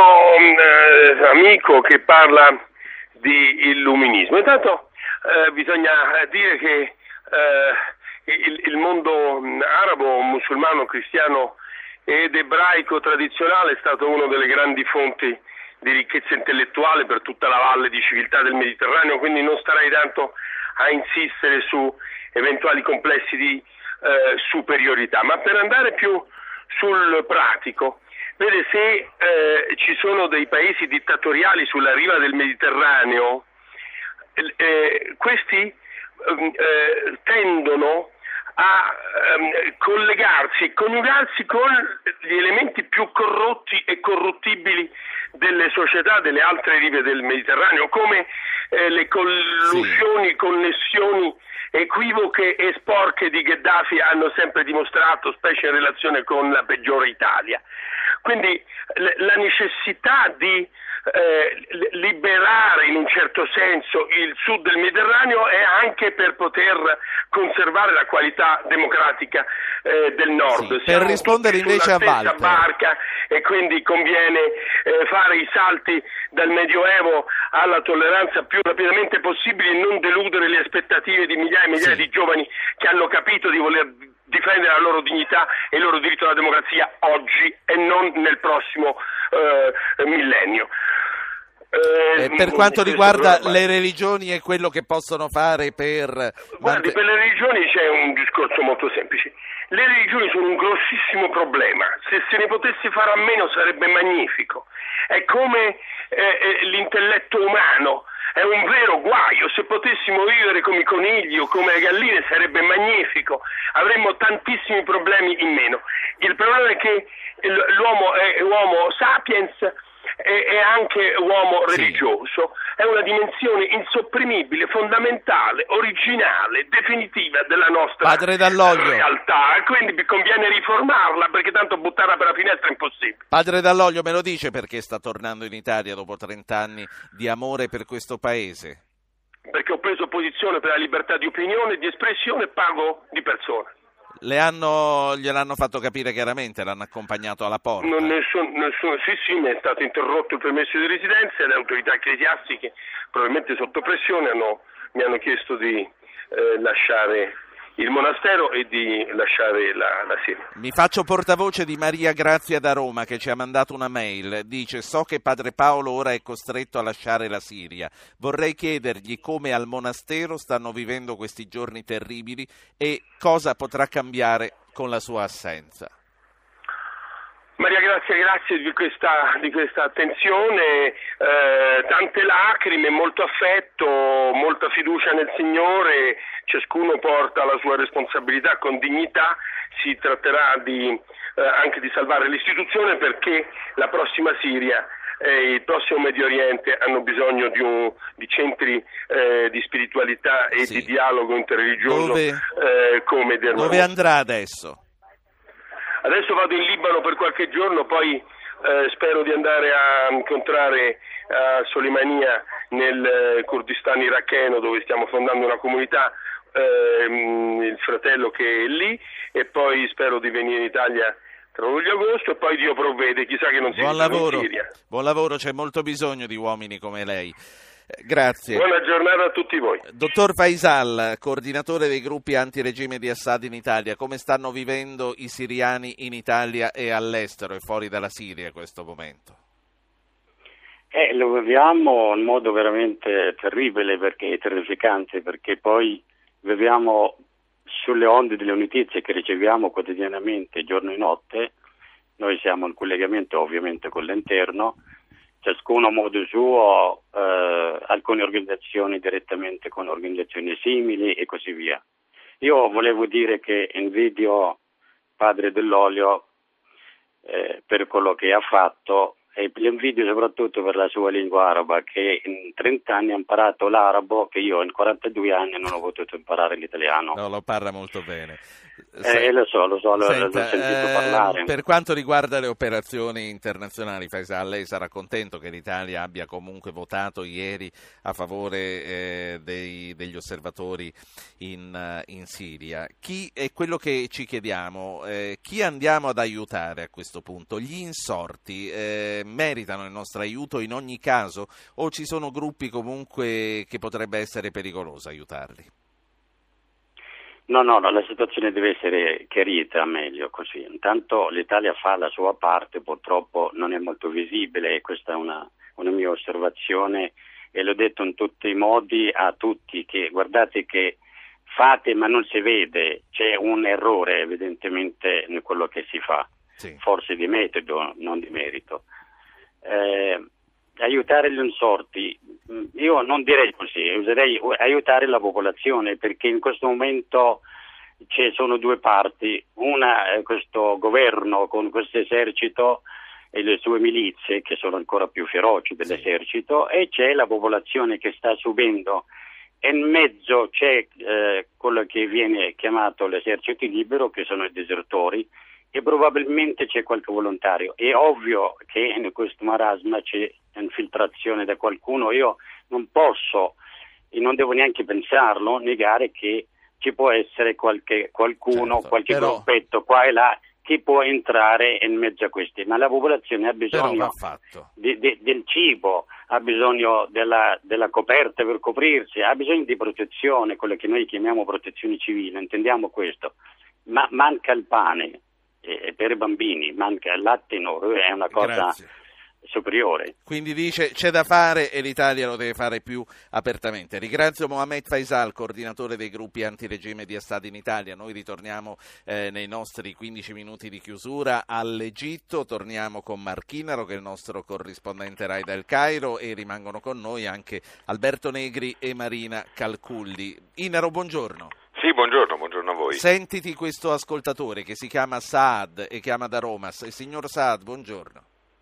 eh, amico che parla di illuminismo. Intanto eh, bisogna dire che eh, il, il mondo arabo, musulmano, cristiano ed ebraico tradizionale è stato una delle grandi fonti di ricchezza intellettuale per tutta la valle di civiltà del Mediterraneo, quindi non starei tanto a insistere su eventuali complessi di eh, superiorità, ma per andare più sul pratico, vede, se eh, ci sono dei paesi dittatoriali sulla riva del Mediterraneo, eh, questi eh, tendono a um, collegarsi e coniugarsi con gli elementi più corrotti e corruttibili delle società delle altre rive del Mediterraneo, come eh, le collusioni, sì. connessioni equivoche e sporche di Gheddafi hanno sempre dimostrato, specie in relazione con la peggiore Italia. Quindi l- la necessità di Eh, liberare in un certo senso il sud del Mediterraneo è anche per poter conservare la qualità democratica eh, del nord. Sì, per rispondere invece a Walter, barca, e quindi conviene eh, fare i salti dal Medioevo alla tolleranza più rapidamente possibile e non deludere le aspettative di migliaia e migliaia sì. di giovani che hanno capito di voler difendere la loro dignità e il loro diritto alla democrazia oggi e non nel prossimo eh, millennio. Eh, eh, per quanto riguarda le religioni e quello che possono fare per... Guardi, per le religioni c'è un discorso molto semplice. Le religioni sono un grossissimo problema, se se ne potesse fare a meno sarebbe magnifico. È come eh, l'intelletto umano, è un vero guaio, se potessimo vivere come i conigli o come le galline sarebbe magnifico, avremmo tantissimi problemi in meno. Il problema è che l'uomo è uomo sapiens e anche uomo religioso, sì. È una dimensione insopprimibile, fondamentale, originale, definitiva della nostra Padre Dall'Oglio. realtà, quindi conviene riformarla, perché tanto buttarla per la finestra è impossibile. Padre Dall'Oglio, me lo dice perché sta tornando in Italia dopo trent'anni di amore per questo paese? Perché ho preso posizione per la libertà di opinione e di espressione e pago di persona. Le hanno, gliel'hanno fatto capire chiaramente, l'hanno accompagnato alla porta? Non, nessun, nessun, sì, sì, mi è stato interrotto il permesso di residenza e le autorità ecclesiastiche, probabilmente sotto pressione, hanno, mi hanno chiesto di eh, lasciare il monastero e di lasciare la, la Siria. Mi faccio portavoce di Maria Grazia da Roma, che ci ha mandato una mail. Dice: so che padre Paolo ora è costretto a lasciare la Siria. Vorrei chiedergli come al monastero stanno vivendo questi giorni terribili e cosa potrà cambiare con la sua assenza. Maria Grazia, grazie di questa, di questa attenzione, eh, tante lacrime, molto affetto, molta fiducia nel Signore, ciascuno porta la sua responsabilità con dignità, si tratterà di, eh, anche di salvare l'istituzione, perché la prossima Siria eh, il prossimo Medio Oriente hanno bisogno di, un, di centri eh, di spiritualità e sì. di dialogo interreligioso dove, eh, come del Dove andrà adesso? Adesso vado in Libano per qualche giorno, poi eh, spero di andare a incontrare a Soleimania nel Kurdistan iracheno, dove stiamo fondando una comunità, ehm, il fratello che è lì, e poi spero di venire in Italia tra luglio e agosto, e poi Dio provvede, chissà che non si Buon lavoro. in Siria. Buon lavoro, c'è molto bisogno di uomini come lei. Grazie. Buona giornata a tutti voi. Dottor Faisal, coordinatore dei gruppi antiregime di Assad in Italia, come stanno vivendo i siriani in Italia e all'estero e fuori dalla Siria in questo momento? Eh, lo viviamo in modo veramente terribile, perché terrificante, perché poi viviamo sulle onde delle notizie che riceviamo quotidianamente, giorno e notte. Noi siamo in collegamento ovviamente con l'interno, ciascuno a modo suo, eh, alcune organizzazioni direttamente con organizzazioni simili e così via. Io volevo dire che invidio padre Dell'Olio eh, per quello che ha fatto, e li invidio soprattutto per la sua lingua araba, che in trenta anni ha imparato l'arabo, che io in quarantadue anni non ho potuto imparare l'italiano. No, lo parla molto bene. Eh, lo so, lo so, l'ho, Senta, l'ho sentito eh, parlare. Per quanto riguarda le operazioni internazionali, Faisal, lei sarà contento che l'Italia abbia comunque votato ieri a favore eh, dei, degli osservatori in, in Siria. Chi è quello che ci chiediamo? Eh, chi andiamo ad aiutare a questo punto? Gli insorti eh, meritano il nostro aiuto in ogni caso, o ci sono gruppi comunque che potrebbe essere pericoloso aiutarli? No, no, no, la situazione deve essere chiarita meglio così. Intanto l'Italia fa la sua parte, purtroppo non è molto visibile, e questa è una, una mia osservazione, e l'ho detto in tutti i modi a tutti, che guardate che fate ma non si vede, c'è un errore evidentemente in quello che si fa, sì. Forse di metodo, non di merito. Eh, aiutare gli insorti, io non direi così, userei aiutare la popolazione, perché in questo momento ci sono due parti, una è questo governo con questo esercito e le sue milizie che sono ancora più feroci dell'esercito, e c'è la popolazione che sta subendo, e in mezzo c'è eh, quello che viene chiamato l'esercito libero, che sono i desertori, e probabilmente c'è qualche volontario. È ovvio che in questo marasma c'è infiltrazione da qualcuno. Io non posso, e non devo neanche pensarlo, negare che ci può essere qualche qualcuno, certo, qualche però... gruppetto qua e là che può entrare in mezzo a questi, ma la popolazione ha bisogno di, di, del cibo, ha bisogno della, della coperta per coprirsi, ha bisogno di protezione, quello che noi chiamiamo protezione civile, intendiamo questo, ma manca il pane. E per i bambini manca il latte, no, è una cosa Grazie. superiore. Quindi dice c'è da fare e l'Italia lo deve fare più apertamente. Ringrazio Mohamed Faisal, coordinatore dei gruppi antiregime di Assad in Italia. Noi ritorniamo eh, nei nostri quindici minuti di chiusura all'Egitto, torniamo con Marchinaro che è il nostro corrispondente Rai del Cairo, e rimangono con noi anche Alberto Negri e Marina Calculli. Inaro, buongiorno. Sì, buongiorno, buongiorno a voi. Sentiti questo ascoltatore che si chiama Saad e chiama da Roma. Il signor Saad, buongiorno.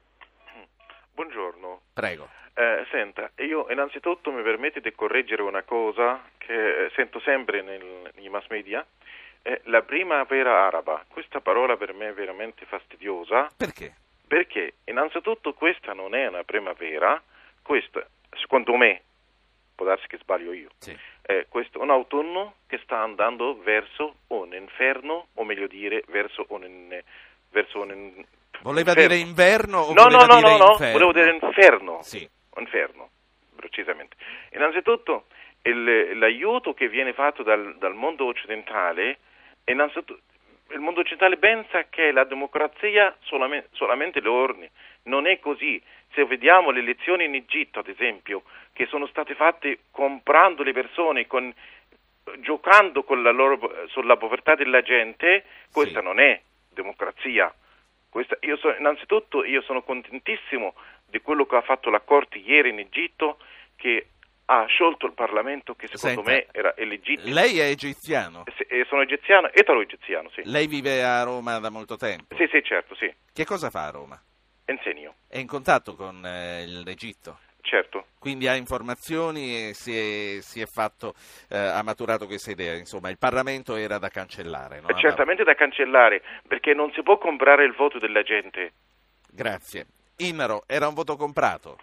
Buongiorno. Prego. Eh, senta, io innanzitutto mi permette di correggere una cosa che sento sempre nel, nei mass media, eh, la primavera araba. Questa parola per me è veramente fastidiosa. Perché? Perché innanzitutto questa non è una primavera, questa, secondo me, può darsi che sbaglio io, sì. eh, questo è un autunno che sta andando verso un inferno, o meglio dire, verso un... In, verso un in, Voleva inferno. dire inverno o no, voleva no, no, dire no, inferno? No, volevo dire inferno, sì. inferno, precisamente. Innanzitutto, il, l'aiuto che viene fatto dal, dal mondo occidentale, innanzitutto, il mondo occidentale pensa che la democrazia solamente, solamente le urne. Non è così. Se vediamo le elezioni in Egitto, ad esempio, che sono state fatte comprando le persone, con, giocando con la loro, sulla povertà della gente, questa sì. non è democrazia. Questa, io so, innanzitutto io sono contentissimo di quello che ha fatto la Corte ieri in Egitto, che ha sciolto il Parlamento, che secondo Senta, me era illegittimo. Lei è egiziano? Eh, sono egiziano, etalo-egiziano, sì. Lei vive a Roma da molto tempo? Sì, sì, certo, sì. Che cosa fa a Roma? insegno. È in contatto con eh, l'Egitto? Certo. Quindi ha informazioni e si è, si è fatto, eh, ha maturato questa idea, insomma il Parlamento era da cancellare. No? Certamente da cancellare, perché non si può comprare il voto della gente. Grazie. Innaro, era un voto comprato?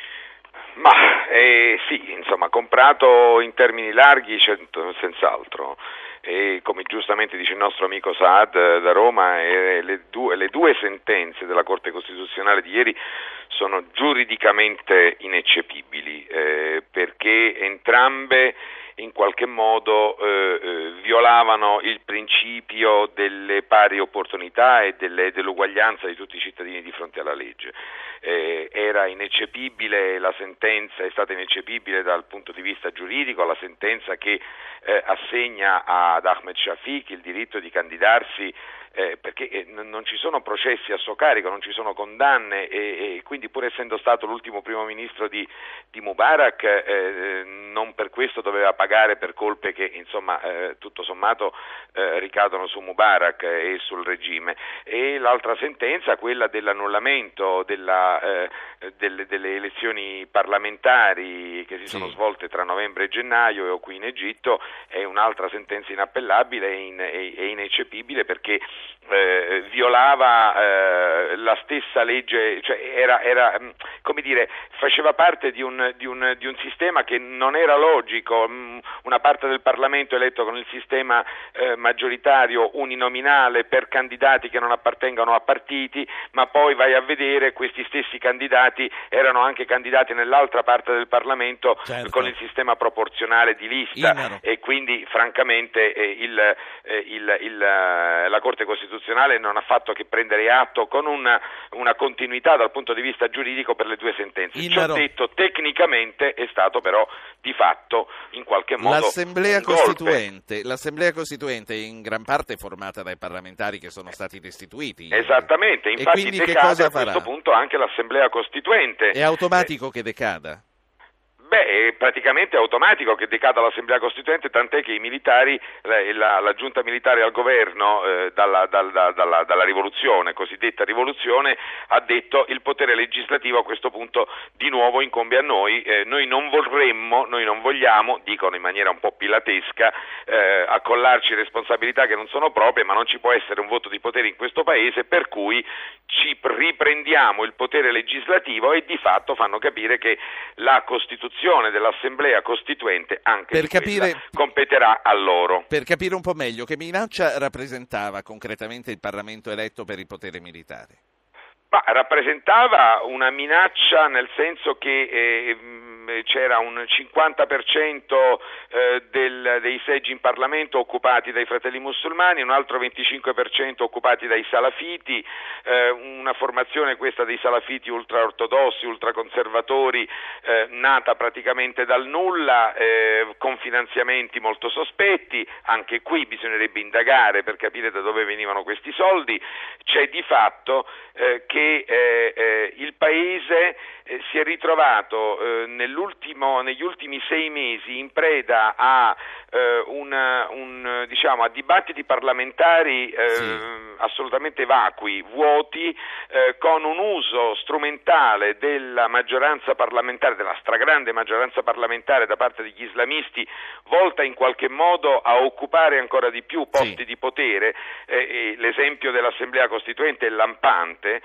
Ma eh, sì, insomma, comprato in termini larghi, senz'altro. E come giustamente dice il nostro amico Saad da Roma, eh, le, due, le due sentenze della Corte Costituzionale di ieri sono giuridicamente ineccepibili, eh, perché entrambe in qualche modo eh, eh, violavano il principio delle pari opportunità e delle, dell'uguaglianza di tutti i cittadini di fronte alla legge. Eh, era ineccepibile la sentenza, è stata ineccepibile dal punto di vista giuridico la sentenza che eh, assegna ad Ahmed Shafik il diritto di candidarsi Eh, perché eh, n- non ci sono processi a suo carico, non ci sono condanne e, e quindi pur essendo stato l'ultimo primo ministro di, di Mubarak eh, non per questo doveva pagare per colpe che insomma eh, tutto sommato eh, ricadono su Mubarak e sul regime. E l'altra sentenza, quella dell'annullamento della, eh, delle, delle elezioni parlamentari che si sono sì. svolte tra novembre e gennaio qui in Egitto, è un'altra sentenza inappellabile e, in, e, e ineccepibile perché Eh, violava eh, la stessa legge, cioè era, era come dire, faceva parte di un, di, un, di un sistema che non era logico, una parte del Parlamento eletto con il sistema eh, maggioritario uninominale per candidati che non appartengono a partiti, ma poi vai a vedere questi stessi candidati erano anche candidati nell'altra parte del Parlamento certo. con il sistema proporzionale di lista Innaro. E quindi francamente eh, il, eh, il, il, la Corte Costituzionale non ha fatto che prendere atto con una, una continuità dal punto di vista giuridico per le due sentenze. Innaro. Ciò detto, tecnicamente è stato però di fatto in qualche modo l'Assemblea un golpe. Costituente, l'Assemblea Costituente in gran parte formata dai parlamentari che sono stati destituiti. Esattamente, infatti quindi che decade cosa a questo farà? punto anche l'Assemblea Costituente. È automatico eh. che decada? Beh, è praticamente automatico che decada l'Assemblea Costituente, tant'è che i militari, la, la, la giunta militare al governo eh, dalla, dalla, dalla, dalla rivoluzione, cosiddetta rivoluzione, ha detto il potere legislativo a questo punto di nuovo incombe a noi, eh, noi non vorremmo, noi non vogliamo, dicono in maniera un po' pilatesca, eh, accollarci responsabilità che non sono proprie, ma non ci può essere un voto di potere in questo paese, per cui ci riprendiamo il potere legislativo e di fatto fanno capire che la Costituzione dell'Assemblea Costituente anche per capire, competerà a loro. Per capire un po' meglio, che minaccia rappresentava concretamente il Parlamento eletto per il potere militare? Ma rappresentava una minaccia nel senso che eh, c'era un cinquanta per cento eh, del, dei seggi in Parlamento occupati dai fratelli musulmani, un altro venticinque per cento occupati dai salafiti, eh, una formazione questa dei salafiti ultraortodossi, ultraconservatori, eh, nata praticamente dal nulla, eh, con finanziamenti molto sospetti. Anche qui bisognerebbe indagare per capire da dove venivano questi soldi. C'è di fatto eh, che eh, eh, il Paese eh, si è ritrovato eh, nell'ultimo, negli ultimi sei mesi in preda a eh, una, un, diciamo, a dibattiti parlamentari eh, sì. assolutamente vacui, vuoti, eh, con un uso strumentale della maggioranza parlamentare, della stragrande maggioranza parlamentare da parte degli islamisti, volta in qualche modo a occupare ancora di più posti sì. di potere. Eh, e l'esempio dell'Assemblea Costituente è lampante,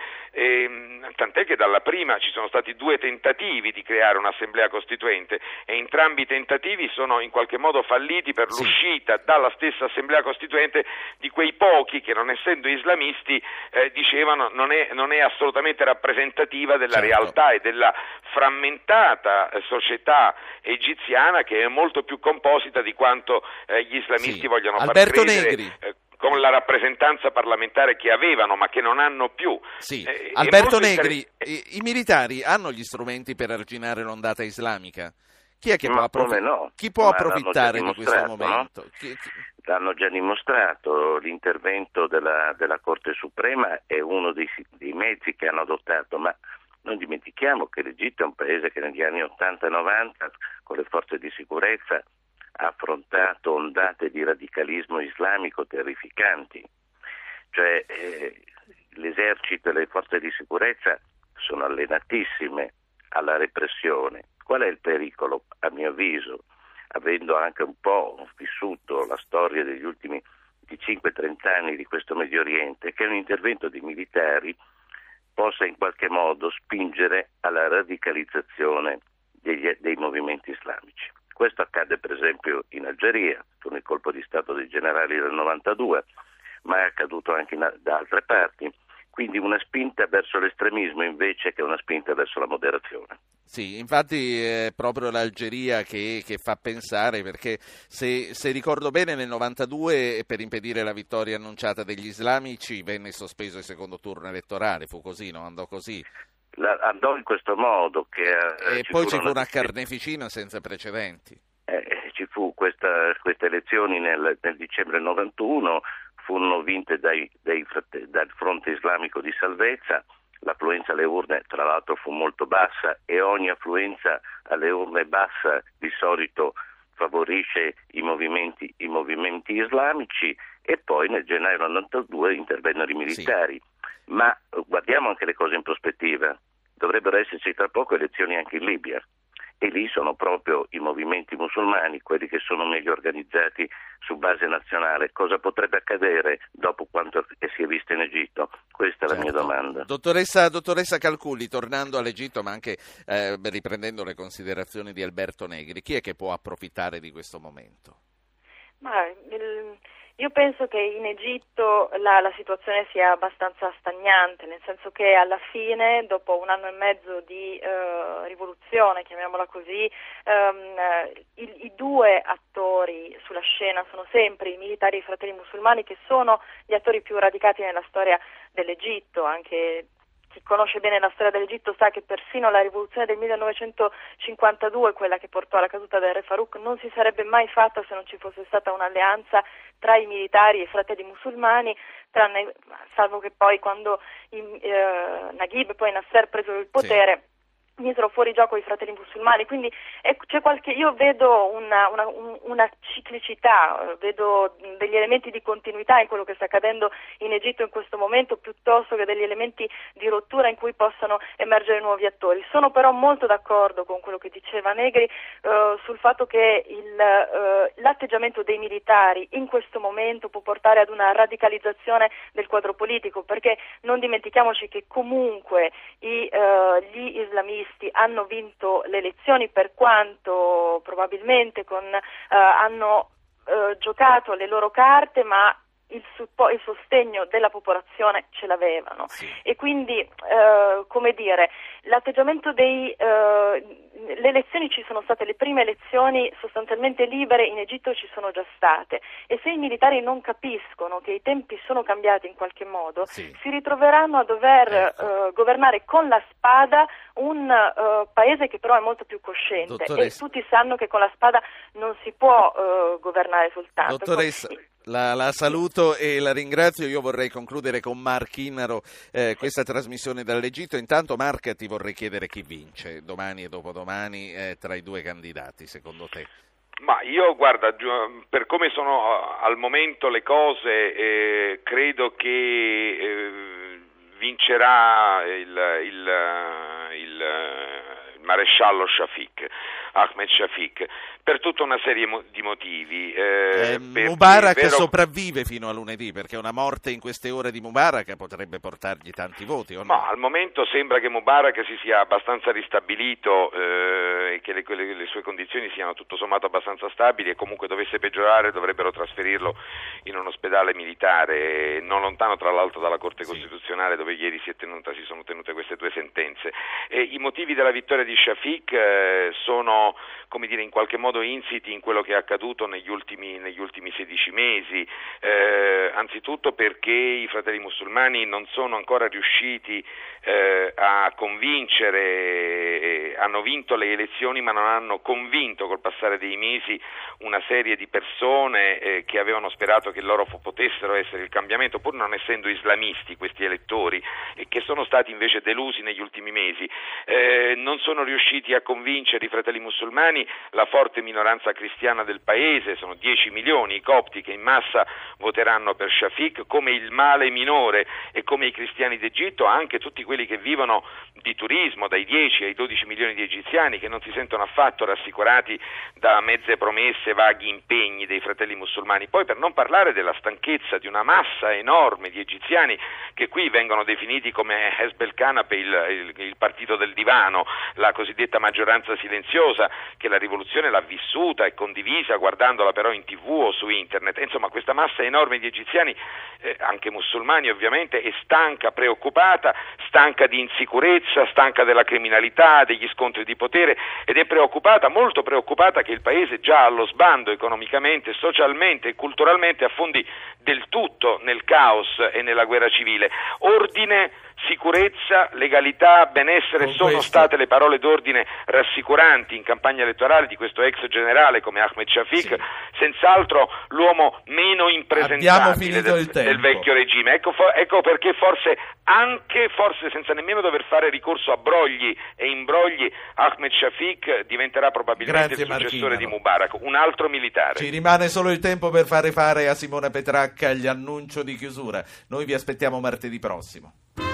eh, tant'è che dalla prima ci sono stati due tentativi di creare un'Assemblea Costituente e entrambi i tentativi sono in qualche modo falliti per sì. l'uscita dalla stessa Assemblea Costituente di quei pochi che, non essendo islamisti, eh, dicevano non è, non è assolutamente rappresentativa della certo. realtà e della frammentata eh, società egiziana, che è molto più composita di quanto eh, gli islamisti sì. vogliono Alberto far credere. Negri. Eh, con la rappresentanza parlamentare che avevano ma che non hanno più. Sì. Eh, Alberto Negri, inter... i, i militari hanno gli strumenti per arginare l'ondata islamica? Chi è che può, approf... no? Chi può approfittare di questo momento? No? Chi, chi... L'hanno già dimostrato, l'intervento della, della Corte Suprema è uno dei, dei mezzi che hanno adottato, ma non dimentichiamo che l'Egitto è un paese che negli anni ottanta e novanta con le forze di sicurezza ha affrontato ondate di radicalismo islamico terrificanti, cioè eh, l'esercito e le forze di sicurezza sono allenatissime alla repressione. Qual è il pericolo? A mio avviso, avendo anche un po' vissuto la storia degli ultimi venticinque trenta anni di questo Medio Oriente, che un intervento dei militari possa in qualche modo spingere alla radicalizzazione degli, dei movimenti islamici. Questo accade per esempio in Algeria con il colpo di Stato dei generali del novantadue, ma è accaduto anche in, da altre parti. Quindi una spinta verso l'estremismo invece che una spinta verso la moderazione. Sì, infatti è proprio l'Algeria che, che fa pensare, perché se, se ricordo bene nel novantadue per impedire la vittoria annunciata degli islamici venne sospeso il secondo turno elettorale, fu così, no? Andò così. La, andò in questo modo che... E ci poi ci fu una carneficina senza precedenti. Eh, ci fu questa, queste elezioni nel, nel dicembre novantuno, furono vinte dai, dai, dal fronte islamico di salvezza. L'affluenza alle urne tra l'altro fu molto bassa e ogni affluenza alle urne bassa di solito favorisce i movimenti, i movimenti islamici, e poi nel gennaio novantadue intervennero i militari. Sì. Ma guardiamo anche le cose in prospettiva. Dovrebbero esserci tra poco elezioni anche in Libia, e lì sono proprio i movimenti musulmani quelli che sono meglio organizzati su base nazionale. Cosa potrebbe accadere dopo quanto che si è visto in Egitto? Questa è certo. La mia domanda. Dottoressa, dottoressa Calculli, tornando all'Egitto, ma anche eh, riprendendo le considerazioni di Alberto Negri, chi è che può approfittare di questo momento? Ma il... Io penso che in Egitto la, la situazione sia abbastanza stagnante, nel senso che alla fine, dopo un anno e mezzo di eh, rivoluzione, chiamiamola così, ehm, i, i due attori sulla scena sono sempre i militari e i fratelli musulmani, che sono gli attori più radicati nella storia dell'Egitto. Anche chi conosce bene la storia dell'Egitto sa che persino la rivoluzione del millenovecentocinquantadue, quella che portò alla caduta del re Farouk, non si sarebbe mai fatta se non ci fosse stata un'alleanza tra i militari e i fratelli musulmani, tranne, salvo che poi quando i, eh, Naguib e poi Nasser presero il potere, sì, misero fuori gioco i fratelli musulmani. Quindi è, c'è qualche, io vedo una, una, una ciclicità, vedo degli elementi di continuità in quello che sta accadendo in Egitto in questo momento, piuttosto che degli elementi di rottura in cui possano emergere nuovi attori. Sono però molto d'accordo con quello che diceva Negri eh, sul fatto che il, eh, l'atteggiamento dei militari in questo momento può portare ad una radicalizzazione del quadro politico, perché non dimentichiamoci che comunque i, eh, gli islamisti hanno vinto le elezioni, per quanto probabilmente con, eh, hanno eh, giocato le loro carte, ma il, suppo- il sostegno della popolazione ce l'avevano. Sì. E quindi, eh, come dire, l'atteggiamento dei... Eh, le elezioni ci sono state, le prime elezioni sostanzialmente libere in Egitto ci sono già state, e se i militari non capiscono che i tempi sono cambiati in qualche modo, sì, si ritroveranno a dover ecco. eh, governare con la spada un uh, paese che però è molto più cosciente. Dottoressa. E tutti sanno che con la spada non si può uh, governare soltanto. Dottoressa, con... la, la saluto e la ringrazio. Io vorrei concludere con Mark Innaro eh, questa trasmissione dall'Egitto. Intanto, Mark, ti vorrei chiedere chi vince domani e dopodomani eh, tra i due candidati, secondo te? Ma io, guarda, per come sono al momento le cose, eh, credo che eh, vincerà il, il, il, il maresciallo Shafik, Ahmed Shafik, per tutta una serie di motivi. Eh, eh, Mubarak vero... sopravvive fino a lunedì, perché una morte in queste ore di Mubarak potrebbe portargli tanti voti, o no? Ma al momento sembra che Mubarak si sia abbastanza ristabilito eh, e che le, le, le sue condizioni siano tutto sommato abbastanza stabili, e comunque dovesse peggiorare dovrebbero trasferirlo in un ospedale militare, non lontano tra l'altro dalla Corte sì. Costituzionale, dove ieri si, è tenuta, si sono tenute queste due sentenze. E i motivi della vittoria di Shafik eh, sono, come dire, in qualche modo insiti in quello che è accaduto negli ultimi, negli ultimi sedici mesi, eh, anzitutto perché i fratelli musulmani non sono ancora riusciti eh, a convincere, eh, hanno vinto le elezioni ma non hanno convinto col passare dei mesi una serie di persone eh, che avevano sperato che loro potessero essere il cambiamento, pur non essendo islamisti questi elettori, e che sono stati invece delusi negli ultimi mesi. Eh, non sono riusciti a convincere i fratelli musulmani musulmani la forte minoranza cristiana del paese, sono dieci milioni i copti che in massa voteranno per Shafiq, come il male minore e come i cristiani d'Egitto anche tutti quelli che vivono di turismo, dai dieci ai dodici milioni di egiziani che non si sentono affatto rassicurati da mezze promesse, vaghi impegni dei fratelli musulmani. Poi per non parlare della stanchezza di una massa enorme di egiziani che qui vengono definiti come Hezb el-Kanab, il, il, il partito del divano, la cosiddetta maggioranza silenziosa, che la rivoluzione l'ha vissuta e condivisa guardandola però in tivù o su internet. Insomma, questa massa enorme di egiziani, eh, anche musulmani ovviamente, è stanca, preoccupata, stanca di insicurezza, stanca della criminalità, degli scontri di potere, ed è preoccupata, molto preoccupata che il paese già allo sbando economicamente, socialmente e culturalmente affondi del tutto nel caos e nella guerra civile. Ordine, sicurezza, legalità, benessere Con sono questo. state le parole d'ordine rassicuranti in campagna elettorale di questo ex generale come Ahmed Shafiq, sì. Senz'altro l'uomo meno impresentabile del, del vecchio regime. Ecco, for, ecco perché forse anche, forse senza nemmeno dover fare ricorso a brogli e imbrogli, Ahmed Shafiq diventerà probabilmente Grazie, il successore Marchino. di Mubarak, un altro militare. Ci rimane solo il tempo per fare fare a Simona Petracca gli annuncio di chiusura. Noi vi aspettiamo martedì prossimo.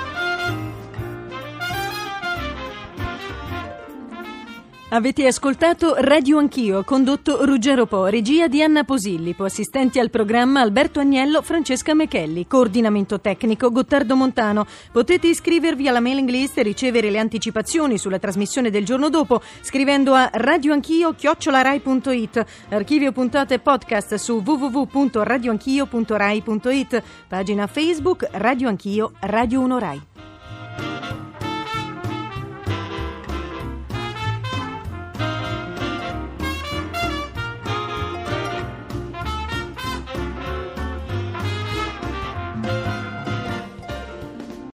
Avete ascoltato Radio Anch'io, condotto Ruggero Po, regia di Anna Posillipo, assistenti al programma Alberto Agnello, Francesca Mechelli, coordinamento tecnico Gottardo Montano. Potete iscrivervi alla mailing list e ricevere le anticipazioni sulla trasmissione del giorno dopo scrivendo a radioanchio chiocciola rai punto it, archivio puntate podcast su w w w punto radioanchio punto rai punto it, pagina Facebook Radio Anch'io, Radio uno Rai.